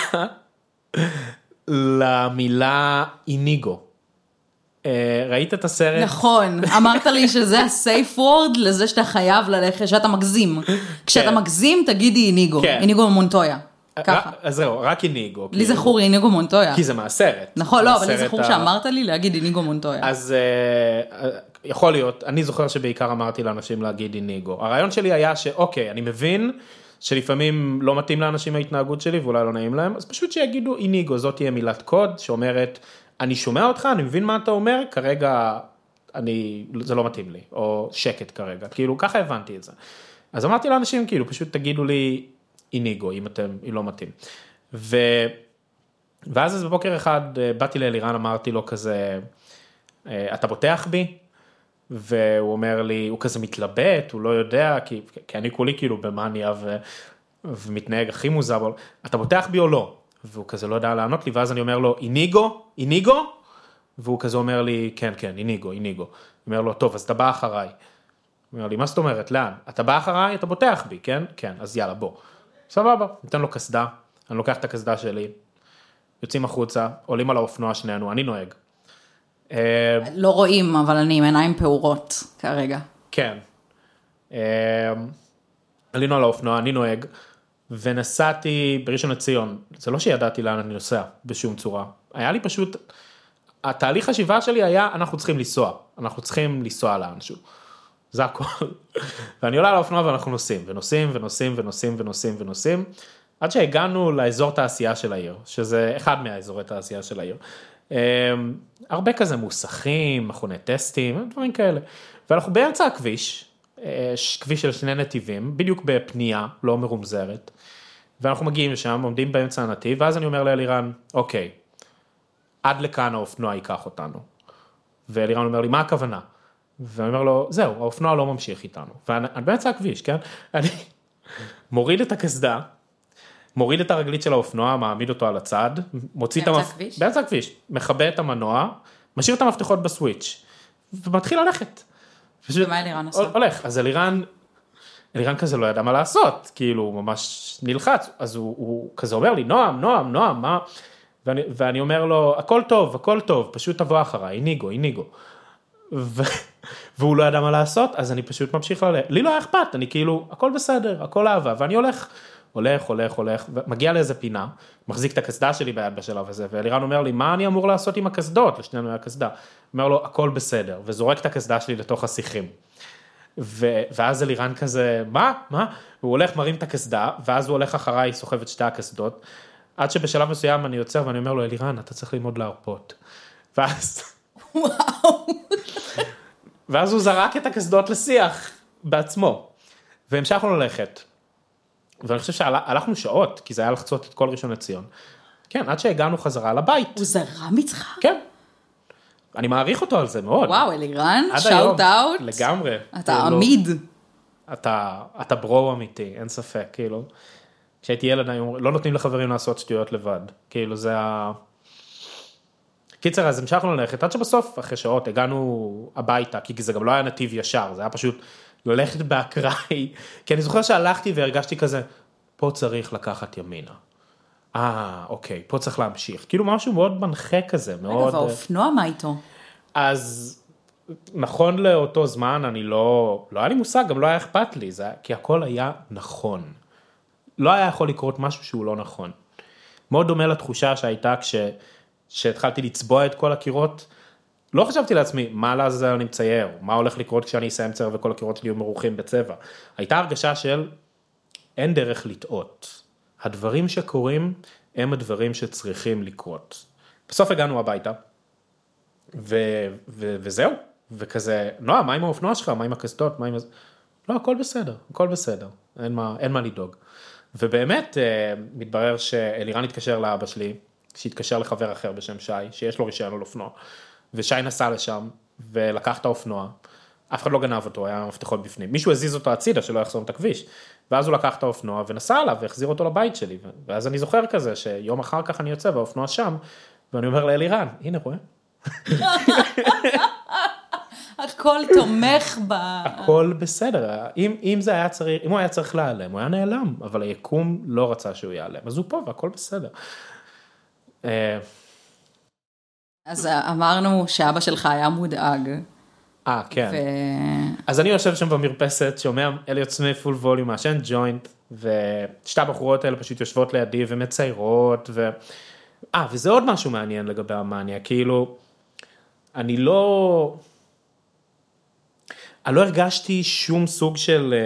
למילה איניגו. ראית את הסרט? נכון, אמרת לי שזה הסייף וורד לזה שאתה חייב ללכת, שאתה מגזים. כשאתה מגזים תגידי איניגו, איניגו מונטויה. ככה. אז זהו, רק איניגו. לי זכור איניגו מונטויה. כי זה מהסרט. נכון, לא, אבל לי זכור שאמרת לי להגיד איניגו מונטויה. אז יכול להיות, אני זוכר שבעיקר אמרתי לאנשים להגיד איניגו. הרעיון שלי היה שאוקיי, אני מבין שלפעמים לא מתאים לאנשים ההתנהגות שלי ואולי לא נעים להם, אז פשוט שיגידו איניגו, זאת תהיה מילת קוד שאומרת, אני שומע אותך, אני מבין מה אתה אומר, כרגע זה לא מתאים לי, או שקט כרגע, כאילו ככה הבנתי את זה. אז אמרתי לאנשים כאילו, פשוט תגידו לי איניגו, אם לא מתאים. ואז אז בבוקר אחד באתי לאלירן, אמרתי לו כזה, אתה בוטח בי? והוא אומר לי, הוא כזה מתלבט, הוא לא יודע, כי אני כולי כאילו במאניה ומתנהג הכי מוזר, אתה בוטח בי או לא? והוא כזה לא יודע לענות לי, ואז אני אומר לו, איניגו? והוא כזה אומר לי, כן, איניגו. הוא אומר לו, טוב, אז אתה בא אחריי. הוא אומר לי, מה זאת אומרת, לאן? אתה בא אחריי, אתה בוטח בי, כן? כן, אז יאללה, בוא. סבבה, ניתן לו כסדה, אני לוקח את הכסדה שלי, יוצאים החוצה, עולים על האופנוע שנינו, אני נוהג. לא רואים, אבל אני עם עיניים פעורות כרגע. כן. עלינו על האופנוע, אני נוהג, ונסעתי בראשון לציון. זה לא שידעתי לאן אני נוסע בשום צורה. היה לי פשוט, התהליך חשיבה שלי היה, אנחנו צריכים לנסוע לאנשהו. זה הכל. ואני עולה על האופנוע ואנחנו נוסעים, עד שהגענו לאזור תעשייה של העיר, שזה אחד מהאזורי תעשייה של העיר. הרבה כזה מוסכים, מכוני טסטים, דברים כאלה. ואנחנו באמצע הכביש, כביש של 2 נתיבים, בדיוק בפנייה, לא מרומזרת. ואנחנו מגיעים לשם, עומדים באמצע הנתיב, ואז אני אומר לאלירן, אוקיי, עד לכאן האופנוע ייקח אותנו. ואלירן אומר לי, מה הכוונה? ואני אומר לו, זהו, האופנוע לא ממשיך איתנו. ואני באמצע הכביש, כן? אני מוריד את הכסדה, מוריד את הרגלית של האופנוע, מעמיד אותו על הצד, באמצע הכביש, מכבה את המנוע, משאיר את המפתחות בסוויץ', ומתחיל ללכת. ומה אלירן עושה? הולך, אז אלירן כזה לא ידע מה לעשות, כאילו הוא ממש נלחץ, אז הוא כזה אומר לי, נועם, מה? ואני אומר לו, הכל טוב, פשוט תבוא אחריי, איניגו. והוא לא ידע מה לעשות, אז אני פשוט ממשיך לי לא היה אכפת, אני כאילו, הכל בסדר, הכל אהבה, ואני הולך, מגיע לאיזה פינה, מחזיק את הכסדה שלי ביד בשלב הזה, ואלירן אומר לי, מה אני אמור לעשות עם הכסדות? לשנינו היה כסדה. אומר לו, הכל בסדר, וזורק את הכסדה שלי לתוך השיחים. ואז אלירן כזה, מה? הוא הולך, מרים את הכסדה, ואז הוא הולך אחריי, סוחב את 2 הכסדות, עד שבשלב מסוים אני יוצר, ואני אומר לו, אלירן, אתה צריך ללמוד להרפות. ואז הוא זרק את הכסדות לשיח בעצמו, והמשכנו ללכת. ואני חושב שהלכנו שעות, כי זה היה לחצות את כל ראשון לציון. כן, עד שהגענו חזרה לבית. הוא זרם איתך? כן. אני מעריך אותו על זה מאוד. וואו, אלירן, שאוט אאוט. לגמרי. אתה עמיד. אתה ברו אמיתי, אין ספק, כאילו. כשהייתי ילד, לא נותנים לחברים לעשות שטויות לבד. כאילו זה קיצר, אז המשכנו ללכת, עד שבסוף, אחרי שעות, הגענו הביתה, כי זה גם לא היה נתיב ישר, זה היה פשוט ללכת באקראי, כי אני זוכר שהלכתי והרגשתי כזה, פה צריך לקחת ימינה. אוקיי, פה צריך להמשיך. כאילו משהו מאוד מנחה כזה, מאוד... רגע, והאופנוע מה איתו? אז נכון לאותו זמן, אני לא היה לי מושג, גם לא היה אכפת לי, כי הכל היה נכון. לא היה יכול לקרות משהו שהוא לא נכון. מאוד דומה לתחושה שהייתה כשהתחלתי לצבוע את כל הקירות, לא חשבתי לעצמי, מה לעזאזל אני מצייר, מה הולך לקרות כשאני אסיים צייר וכל הקירות שלי יהיו מרוחים בצבע. הייתה הרגשה של אין דרך לטעות. הדברים שקורים הם הדברים שצריכים לקרות. בסוף הגענו הביתה, וזהו, וכזה, נועה, מה עם האופנוע שלך, מה עם הקסדות, מה עם... לא, הכל בסדר, אין מה לדאוג. ובאמת, מתברר שאלירן התקשר לאבא שלי, שהתקשר לחבר אחר בשם שי, שיש לו רישיון על אופנוע, ושי נסע לשם, ולקח את האופנוע, אף אחד לא גנב אותו, היה מפתחות בפנים, מישהו הזיז אותו הצידה שלא יחסום את הכביש, ואז הוא לקח את האופנוע ונסע עליו, והחזיר אותו לבית שלי, ואז אני זוכר כזה, שיום אחר כך אני יוצא, והאופנוע שם, ואני אומר לאלירן, הנה רואה? הכל תומך הכל בסדר, אם הוא היה צריך להיעלם, הוא היה נעלם, אבל היקום לא רצה שהוא ייעלם, אז הוא פה והכל בסדר. אז אמרנו שאבא שלך היה מודאג. כן. אז אני יושב שם במרפסת, שומע אליוט סמית פול ווליום, מעשן ג'וינט, ושתי הבחורות האלה פשוט יושבות לידי ומציירות, וזה עוד משהו מעניין לגבי המאניה, כאילו, אני לא הרגשתי שום סוג של,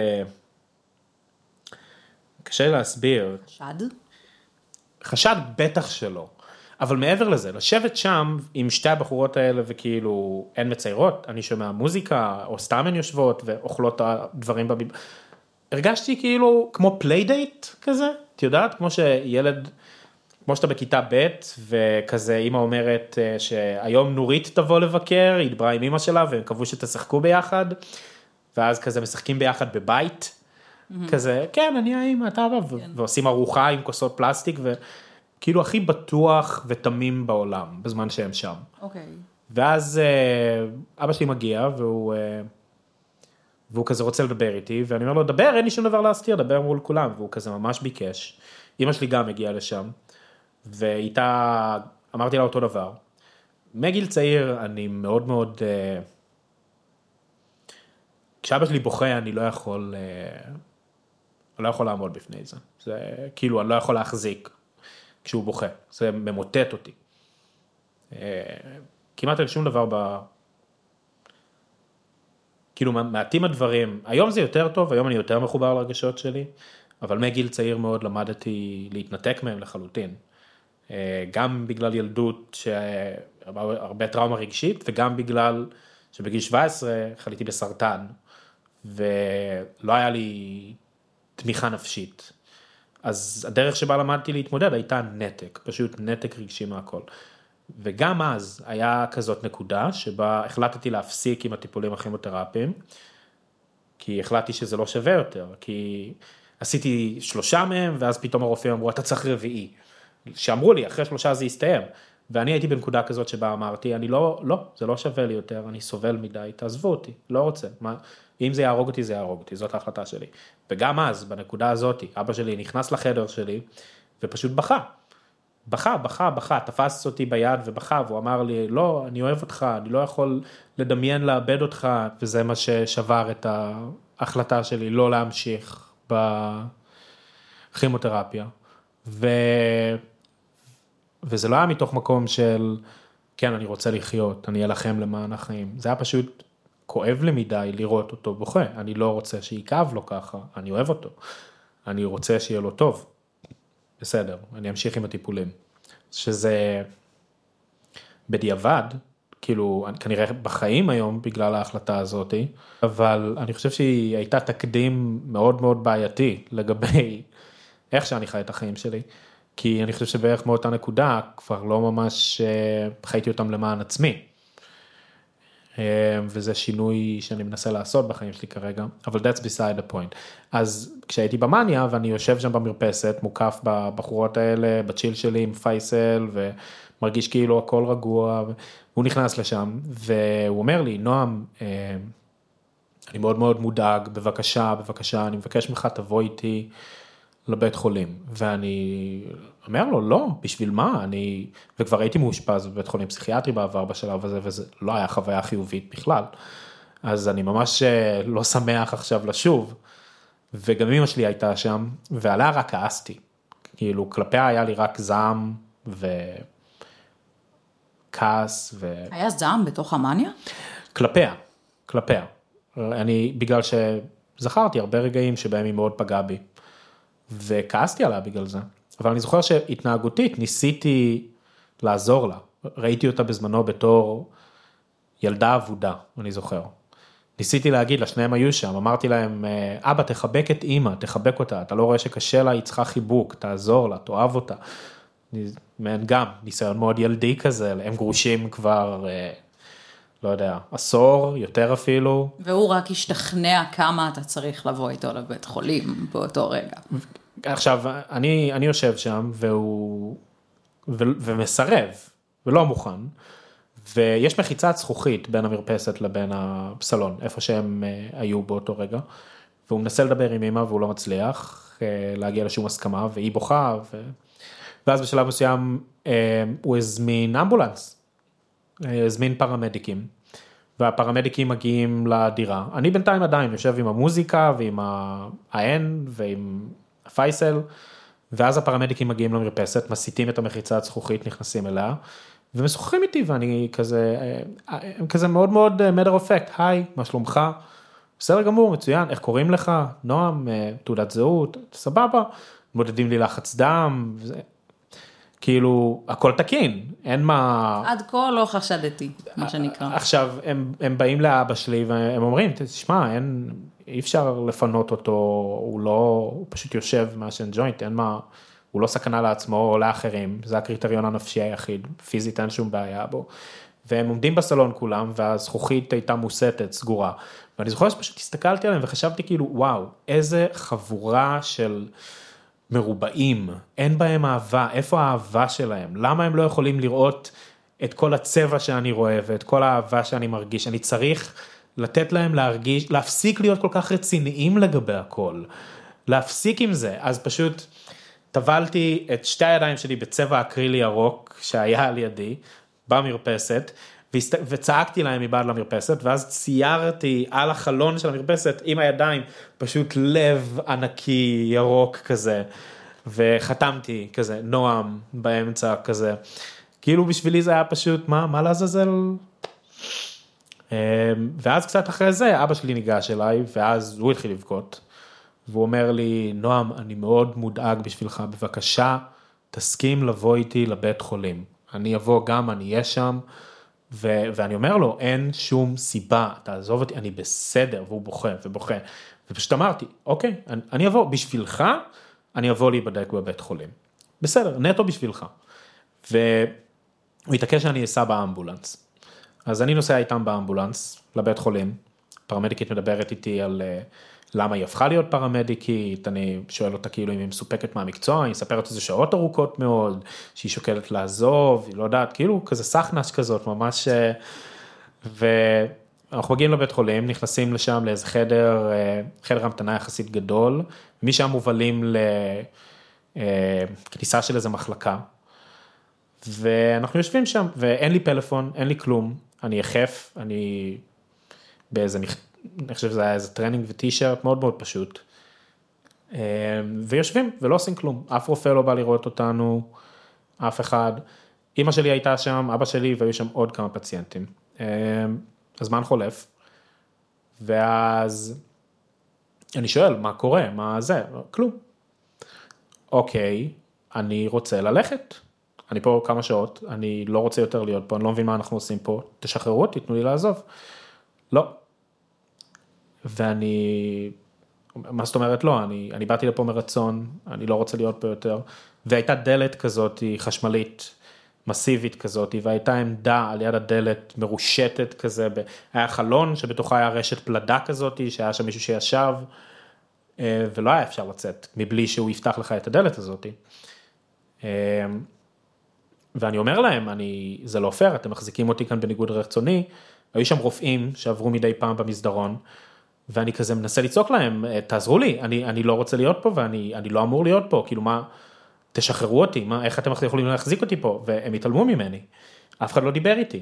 קשה להסביר. חשד בטח שלא. אבל מעבר לזה, לשבת שם עם שתי הבחורות האלה וכאילו אין מציירות, אני שומע מוזיקה או סתם הן יושבות ואוכלות הדברים הרגשתי כאילו כמו פליידייט כזה, את יודעת? כמו כמו שאתה בכיתה ב' וכזה אמא אומרת שהיום נורית תבוא לבקר, היא דברה עם אמא שלה והם קבעו שתשחקו ביחד, ואז כזה משחקים ביחד בבית, כזה, כן, אני האמא, אתה אבא, ועושים ארוחה עם כוסות פלסטיק, וכאילו הכי בטוח ותמים בעולם, בזמן שהם שם. אוקיי. ואז אבא שלי מגיע, והוא כזה רוצה לדבר איתי, ואני אומר לו, דבר, אין לי שום דבר להסתיר, דבר מול כולם, והוא כזה ממש ביקש. אמא שלי גם הגיעה לשם, ואיתה, אמרתי לה אותו דבר. מגיל צעיר, אני מאוד מאוד, כשאבא שלי בוכה, אני לא יכול לעמוד בפני זה. זה כאילו, אני לא יכול להחזיק כשהוא בוכה. זה ממוטט אותי. כמעט אין שום דבר כאילו, מעטים הדברים. היום זה יותר טוב, היום אני יותר מחובר לרגשות שלי, אבל מגיל צעיר מאוד למדתי להתנתק מהם לחלוטין. גם בגלל ילדות שהרבה טראומה רגשית, וגם בגלל שבגיל 17 חליתי בסרטן, ולא היה לי תמיכה נפשית. אז הדרך שבה למדתי להתמודד הייתה נתק, פשוט נתק רגשי מהכל. וגם אז היה כזאת נקודה שבה החלטתי להפסיק עם הטיפולים הכימותרפיים, כי החלטתי שזה לא שווה יותר, כי עשיתי 3 מהם, ואז פתאום הרופאים אמרו, אתה צריך 4. שאמרו לי, אחרי 3 זה יסתיים, ואני הייתי בנקודה כזאת שבה אמרתי, אני לא, זה לא שווה לי יותר, אני סובל מדי, תעזבו אותי, לא רוצה, אם זה יהרוג אותי, זה יהרוג אותי, זאת ההחלטה שלי. וגם אז, בנקודה הזאת, אבא שלי נכנס לחדר שלי, ופשוט בכה, תפס אותי ביד ובכה, והוא אמר לי, לא, אני אוהב אותך, אני לא יכול לדמיין לאבד אותך, וזה מה ששבר את ההחלטה שלי, לא להמשיך בכימותרפיה. וזה לא היה מתוך מקום של, כן, אני רוצה לחיות, אני אלחם למען החיים. זה היה פשוט כואב לי מדי לראות אותו בוכה. אני לא רוצה שיכאב לו ככה, אני אוהב אותו. אני רוצה שיהיה לו טוב. בסדר, אני אמשיך עם הטיפולים. שזה בדיעבד, כאילו, כנראה בחיים היום בגלל ההחלטה הזאת, אבל אני חושב שהיא הייתה תקדים מאוד מאוד בעייתי לגבי איך שאני חי את החיים שלי, כי אני חושב שבערך מאותה נקודה כבר לא ממש חייתי אותם למען עצמי, וזה שינוי שאני מנסה לעשות בחיים שלי כרגע, אבל that's beside the point. אז כשהייתי במאניה ואני יושב שם במרפסת, מוקף בבחורות האלה, בצ'יל שלי עם פייסל, ומרגיש כאילו הכל רגוע, והוא נכנס לשם, והוא אומר לי, נועם, אני מאוד מאוד מודאג, בבקשה, אני מבקש ממך, תבוא איתי לבית חולים, ואני אומר לו, לא, בשביל מה? וכבר הייתי מאושפז בבית חולים פסיכיאטרי בעבר בשלב הזה, וזה לא היה חוויה חיובית בכלל, אז אני ממש לא שמח עכשיו לשוב, וגם אמא שלי הייתה שם, ועליה רק כעסתי, כאילו כלפיה היה לי רק זעם וכעס. היה זעם בתוך המאניה? כלפיה. בגלל שזכרתי הרבה רגעים שבהם היא מאוד פגעה בי, וכעסתי עליה בגלל זה, אבל אני זוכר שהתנהגותית ניסיתי לעזור לה, ראיתי אותה בזמנו בתור ילדה עבודה, אני זוכר. ניסיתי להגיד לה, שניהם היו שם, אמרתי להם, אבא תחבק את אמא, תחבק אותה, אתה לא רואה שקשה לה, היא צריכה חיבוק, תעזור לה, תאהב אותה. גם ניסיון מאוד ילדי כזה, הם גרושים כבר, לא יודע, עשור, יותר אפילו. והוא רק השתכנע כמה אתה צריך לבוא איתו לבית חולים באותו רגע. עכשיו, אני יושב שם, ומסרב, ולא מוכן, ויש מחיצת זכוכית בין המרפסת לבין הסלון, איפה שהם היו באותו רגע, והוא מנסה לדבר עם אמא, והוא לא מצליח להגיע לשום הסכמה, והיא בוכה, ואז בשלב מסוים הוא הזמין אמבולנס, הזמין פרמדיקים, והפרמדיקים מגיעים לדירה. אני בינתיים עדיין יושב עם המוזיקה, ועם העין, ועם הפייסל, ואז הפרמדיקים מגיעים למרפסת, מסיתים את המחיצת זכוכית, נכנסים אליה, ומשוחחים איתי, ואני כזה, הם כזה מאוד מאוד matter of fact, היי, מה שלומך? בסדר גמור, מצוין, איך קוראים לך? נועם, תעודת זהות, סבבה, מודדים לי לחץ דם, כאילו, הכל תקין, אין מה... עד כה לא חשדתי, מה שנקרא. עכשיו, הם באים לאבא שלי, והם אומרים, תשמע, אי אפשר לפנות אותו, הוא פשוט יושב מעשן ג'וינט, אין מה, הוא לא סכנה לעצמו או לאחרים, זה הקריטריון הנפשי היחיד, פיזית אין שום בעיה בו. והם עומדים בסלון כולם, והזכוכית הייתה מוסתת, סגורה. ואני זוכר שפשוט הסתכלתי עליהם וחשבתי כאילו, וואו, איזה חבורה של מרובעים, אין בהם אהבה, איפה האהבה שלהם? למה הם לא יכולים לראות את כל הצבע שאני רואה, ואת כל האהבה שאני מרגיש? אני צריך לתת להם להרגיש, להפסיק להיות כל כך רציניים לגבי הכל, להפסיק עם זה. אז פשוט טבלתי את שתי הידיים שלי בצבע אקרילי ירוק, שהיה על ידי, במרפסת, וצעקתי להם מבעד למרפסת, ואז ציירתי על החלון של המרפסת עם הידיים, פשוט לב ענקי ירוק כזה, וחתמתי כזה, נועם באמצע כזה, כאילו בשבילי זה היה פשוט, מה לעזאזל? ואז קצת אחרי זה, אבא שלי ניגש אליי, ואז הוא התחיל לבכות, והוא אומר לי, נועם, אני מאוד מודאג בשבילך, בבקשה, תסכים לבוא איתי לבית חולים. אני אבוא גם, אני אהיה שם, ואני אומר לו, אין שום סיבה, תעזוב אותי, אני בסדר, והוא בוכה ובוכה, ופשוט אמרתי, אוקיי, אני אבוא, בשבילך, אני אבוא להיבדק בבית חולים. בסדר, נטו בשבילך. והוא התעקש שאני אסע באמבולנס. אז אני נוסע איתם באמבולנס, לבית חולים, פרמדיקית מדברת איתי על למה היא הפכה להיות פרמדיקית, אני שואל אותה כאילו אם היא מסופקת מהמקצוע, היא מספרת איזה שעות ארוכות מאוד, שהיא שוקלת לעזוב, היא לא יודעת, כאילו כזה סחנש כזאת, ממש, ואנחנו מגיעים לבית חולים, נכנסים לשם לאיזה חדר המתנה יחסית גדול, משם מובלים לכניסה של איזה מחלקה, ואנחנו יושבים שם, ואין לי פלאפון, אין לי כלום, אני יחף, אני באיזה אני חושב שזה היה איזה טרנינג וטי-שירט מאוד מאוד פשוט, ויושבים ולא עושים כלום, אף רופא לא בא לראות אותנו, אף אחד, אמא שלי הייתה שם, אבא שלי, והיו שם עוד כמה פציינטים, הזמן חולף, ואז אני שואל, מה קורה, מה זה, כלום, אוקיי, אני רוצה ללכת, אני פה כמה שעות, אני לא רוצה יותר להיות פה, אני לא מבין מה אנחנו עושים פה, תשחררו אותי, תנו לי לעזוב, לא, ואני, מה זאת אומרת לא, אני באתי לפה מרצון, אני לא רוצה להיות פה יותר, והייתה דלת כזאת, חשמלית, מסיבית כזאת, והייתה עמדה על יד הדלת מרושטת כזה, היה חלון שבתוכה היה רשת פלדה כזאת, שהיה שם מישהו שישב, ולא היה אפשר לצאת, מבלי שהוא יפתח לך את הדלת הזאת. ואני אומר להם, זה לא פייר, אתם מחזיקים אותי כאן בניגוד רצוני, היו שם רופאים שעברו מדי פעם במסדרון, ואני כזה מנסה לצעוק להם, תעזרו לי, אני לא רוצה להיות פה, ואני לא אמור להיות פה, כאילו מה, תשחררו אותי, איך אתם יכולים להחזיק אותי פה, והם התעלמו ממני, אף אחד לא דיבר איתי,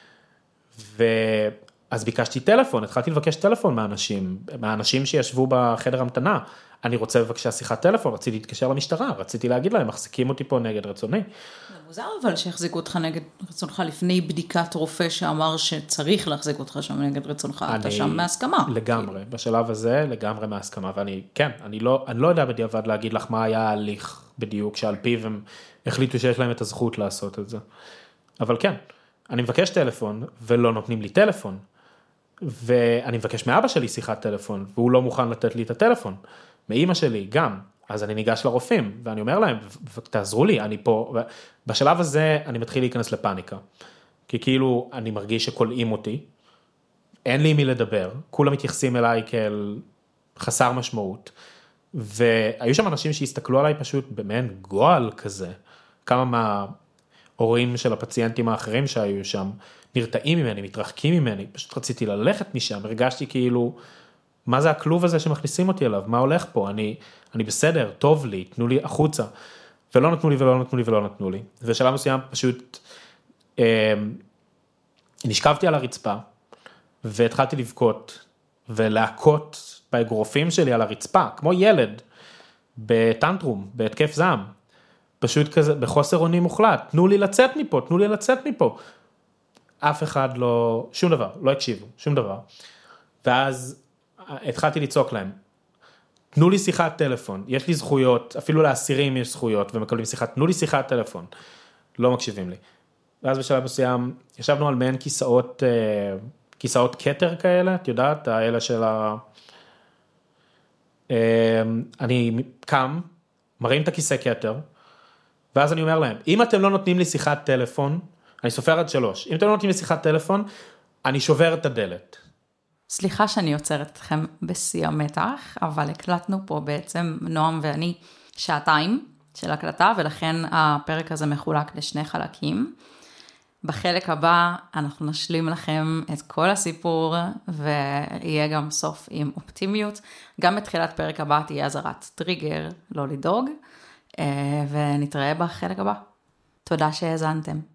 אז ביקשתי טלפון, התחלתי לבקש טלפון מהאנשים שישבו בחדר המתנה, אני רוצה בבקשה שיחת טלפון, רציתי להתקשר למשטרה, רציתי להגיד להם, מחזיקים אותי פה נגד רצוני. זה מוזר אבל שהחזיקו אותך נגד רצונך, לפני בדיקת רופא שאמר שצריך להחזיק אותך שם נגד רצונך, אתה שם מהסכמה. לגמרי, בשלב הזה לגמרי מהסכמה, ואני, כן, אני לא יודע בדיעבד להגיד לך מה היה ההליך בדיוק, שעל פיו הם החליטו שיש להם את הזכות לעשות את זה. אבל כן, אני מבקש טלפון, ולא נותנים לי טלפון, ואני מבקש מאבא שלי שיחת טלפון, והוא לא מוכן לתת לי את הטלפון, מאמא שלי גם, אז אני ניגש לרופאים, ואני אומר להם, תעזרו לי, אני פה, בשלב הזה אני מתחיל להיכנס לפאניקה, כי כאילו אני מרגיש שקולעים אותי, אין לי מי לדבר, כולם מתייחסים אליי כאל חסר משמעות, והיו שם אנשים שהסתכלו עליי פשוט במעין גועל כזה, כמה מההורים של הפציינטים האחרים שהיו שם, נרתעים ממני, מתרחקים ממני, פשוט רציתי ללכת משם, הרגשתי כאילו, מה זה הכלוב הזה שמכניסים אותי אליו, מה הולך פה, אני בסדר, טוב לי, תנו לי החוצה, ולא נתנו לי ולא נתנו לי ולא נתנו לי, ושלב מסוים פשוט, נשכבתי על הרצפה, והתחלתי לבכות, ולהכות באגרופים שלי על הרצפה, כמו ילד, בטנטרום, בהתקף זעם, פשוט כזה, בחוסר אונים מוחלט, תנו לי לצאת מפה, תנו לי לצאת מפה, אף אחד לא, שום דבר, לא הקשיבו, שום דבר, ואז התחלתי לצעוק להם, תנו לי שיחת טלפון, יש לי זכויות, אפילו לאסירים יש זכויות, ומקבלים שיחת, תנו לי שיחת טלפון, לא מקשיבים לי, ואז בשלב מסוים, ישבנו על מעין כיסאות קטר כאלה, את יודעת, האלה של אני קם, מרים את הכיסא קטר, ואז אני אומר להם, אם אתם לא נותנים לי שיחת טלפון, אני סופר עד 3, אם אתם לא נותנים לי שיחת טלפון, אני שובר את הדלת. סליחה שאני יוצרת אתכם בשיא המתח, אבל הקלטנו פה בעצם נועם ואני 2 של הקלטה, ולכן הפרק הזה מחולק לשני חלקים. בחלק הבא אנחנו נשלים לכם את כל הסיפור, ויהיה גם סוף עם אופטימיות. גם בתחילת פרק הבא תהיה אזהרת טריגר, לא לדאוג, ונתראה בחלק הבא. תודה שהאזנתם.